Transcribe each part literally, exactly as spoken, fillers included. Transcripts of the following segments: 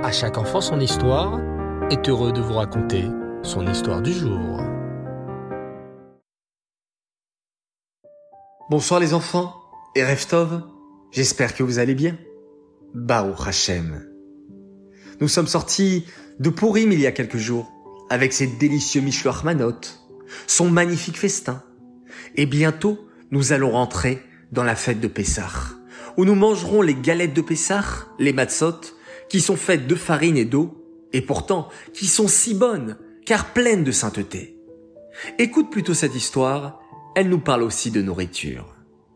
À chaque enfant son histoire est heureux de vous raconter son histoire du jour. Bonsoir les enfants et Erev Tov, j'espère que vous allez bien. Baruch Hashem. Nous sommes sortis de Purim il y a quelques jours avec ses délicieux Mishloach Manot, son magnifique festin. Et bientôt, nous allons rentrer dans la fête de Pessah, où nous mangerons les galettes de Pessah, les matzot, qui sont faites de farine et d'eau, et pourtant qui sont si bonnes, car pleines de sainteté. Écoute plutôt cette histoire, elle nous parle aussi de nourriture.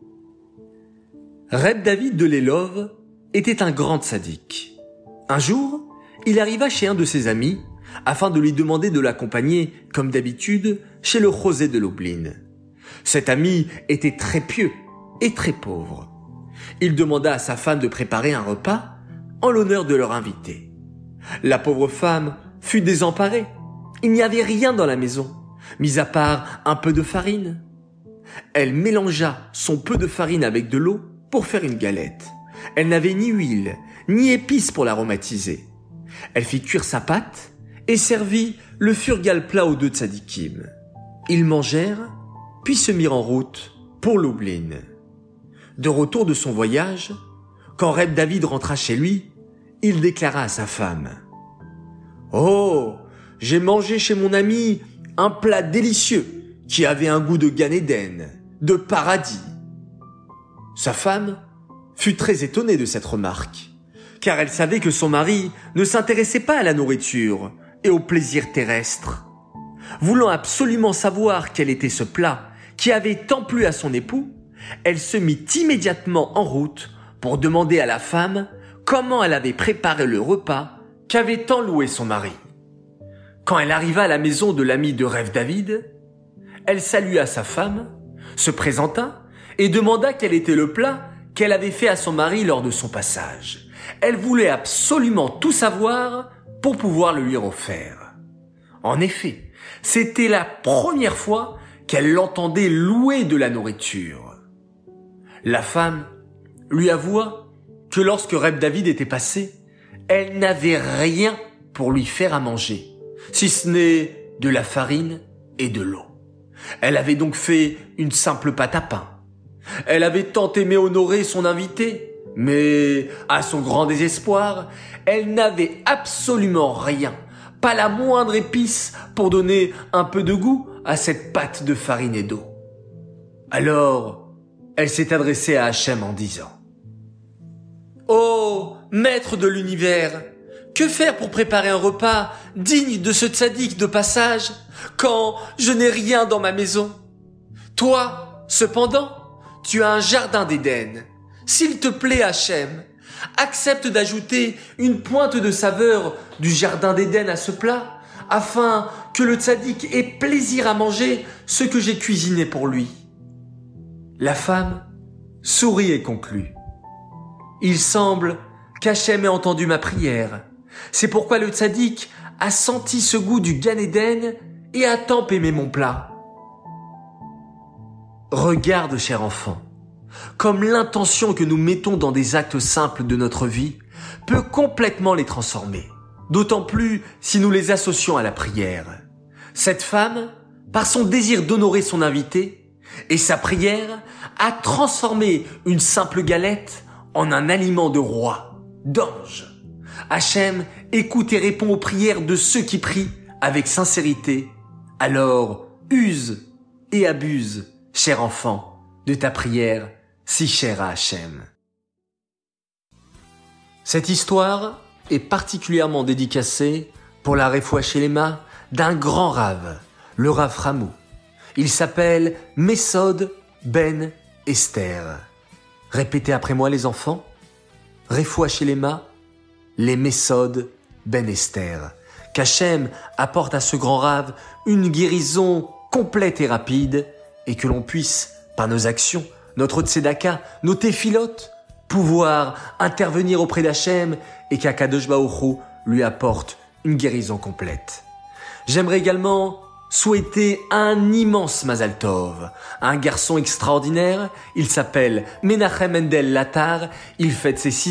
Reb David de Lelov était un grand tzaddik. Un jour, il arriva chez un de ses amis, afin de lui demander de l'accompagner, comme d'habitude, chez le Chosé de Lublin. Cet ami était très pieux et très pauvre. Il demanda à sa femme de préparer un repas en l'honneur de leur invité. La pauvre femme fut désemparée. Il n'y avait rien dans la maison, mis à part un peu de farine. Elle mélangea son peu de farine avec de l'eau pour faire une galette. Elle n'avait ni huile, ni épices pour l'aromatiser. Elle fit cuire sa pâte et servit le furgal plat aux deux tzadikim. Ils mangèrent, puis se mirent en route pour Lublin. De retour de son voyage, quand Reb David rentra chez lui, il déclara à sa femme « Oh, j'ai mangé chez mon ami un plat délicieux qui avait un goût de Gan Eden, de paradis. » Sa femme fut très étonnée de cette remarque, car elle savait que son mari ne s'intéressait pas à la nourriture et aux plaisirs terrestres. Voulant absolument savoir quel était ce plat qui avait tant plu à son époux, elle se mit immédiatement en route pour demander à la femme comment elle avait préparé le repas qu'avait tant loué son mari. Quand elle arriva à la maison de l'ami de Reb David, elle salua sa femme, se présenta et demanda quel était le plat qu'elle avait fait à son mari lors de son passage. Elle voulait absolument tout savoir pour pouvoir le lui refaire. En effet, c'était la première fois qu'elle l'entendait louer de la nourriture. La femme lui avoua que lorsque Reb David était passé, elle n'avait rien pour lui faire à manger, si ce n'est de la farine et de l'eau. Elle avait donc fait une simple pâte à pain. Elle avait tant aimé honorer son invité, mais à son grand désespoir, elle n'avait absolument rien, pas la moindre épice pour donner un peu de goût à cette pâte de farine et d'eau. Alors, elle s'est adressée à Hachem en disant « Oh, maître de l'univers, que faire pour préparer un repas digne de ce tzaddik de passage quand je n'ai rien dans ma maison? Toi, cependant, tu as un jardin d'Éden. S'il te plaît, Hachem, accepte d'ajouter une pointe de saveur du jardin d'Éden à ce plat, afin que le tzaddik ait plaisir à manger ce que j'ai cuisiné pour lui. » La femme sourit et conclut. « Il semble qu'Hachem ait entendu ma prière. C'est pourquoi le tzaddik a senti ce goût du Gan Eden et a tant aimé mon plat. » Regarde, cher enfant, comme l'intention que nous mettons dans des actes simples de notre vie peut complètement les transformer, d'autant plus si nous les associons à la prière. Cette femme, par son désir d'honorer son invité et sa prière, a transformé une simple galette en un aliment de roi, d'ange. Hachem écoute et répond aux prières de ceux qui prient avec sincérité. Alors, use et abuse, cher enfant, de ta prière si chère à Hachem. Cette histoire est particulièrement dédicacée pour la Refoua Shelema d'un grand rave, le Rav Ramou. Il s'appelle Mesod Ben Esther. Répétez après moi les enfants. Refoua Shelema, les Mesod Ben Esther. Qu'Hachem apporte à ce grand rave une guérison complète et rapide, et que l'on puisse, par nos actions, notre tzedaka, nos téphilotes, pouvoir intervenir auprès d'Hachem et qu'Akadosh Baruch Hu lui apporte une guérison complète. J'aimerais également souhaiter un immense Mazal Tov, un garçon extraordinaire. Il s'appelle Menachem Mendel Latar, il fête ses six ans.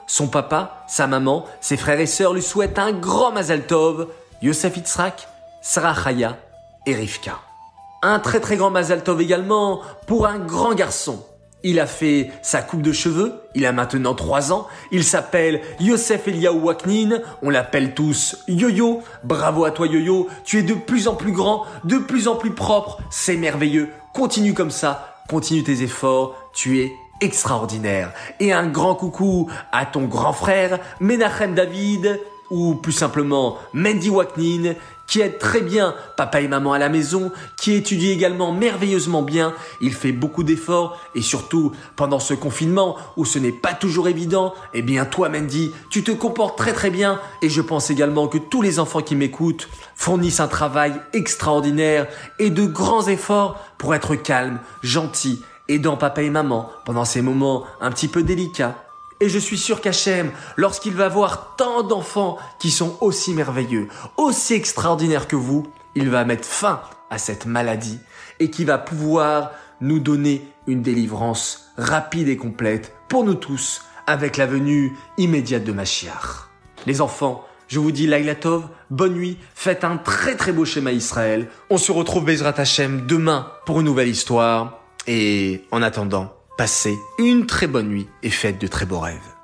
Son papa, sa maman, ses frères et sœurs lui souhaitent un grand Mazal Tov, Yosef Yitzhak, Sarah Chaya et Rivka. Un très très grand Mazal Tov également pour un grand garçon. Il a fait sa coupe de cheveux, il a maintenant trois ans, il s'appelle Yosef Eliaou Waknin, on l'appelle tous Yo-Yo. Bravo à toi Yo-Yo, tu es de plus en plus grand, de plus en plus propre, c'est merveilleux. Continue comme ça, continue tes efforts, tu es extraordinaire. Et un grand coucou à ton grand frère Menachem David, ou plus simplement Mendy Waknin, qui aide très bien papa et maman à la maison, qui étudie également merveilleusement bien. Il fait beaucoup d'efforts et surtout, pendant ce confinement où ce n'est pas toujours évident, eh bien toi Mendy, tu te comportes très très bien et je pense également que tous les enfants qui m'écoutent fournissent un travail extraordinaire et de grands efforts pour être calmes, gentils, aidant papa et maman pendant ces moments un petit peu délicats. Et je suis sûr qu'Hachem, lorsqu'il va voir tant d'enfants qui sont aussi merveilleux, aussi extraordinaires que vous, il va mettre fin à cette maladie et qui va pouvoir nous donner une délivrance rapide et complète pour nous tous avec la venue immédiate de Mashiach. Les enfants, je vous dis Laila Tov, bonne nuit, faites un très très beau schéma Israël. On se retrouve Bezrat Hachem demain pour une nouvelle histoire et en attendant, passez une très bonne nuit et faites de très beaux rêves.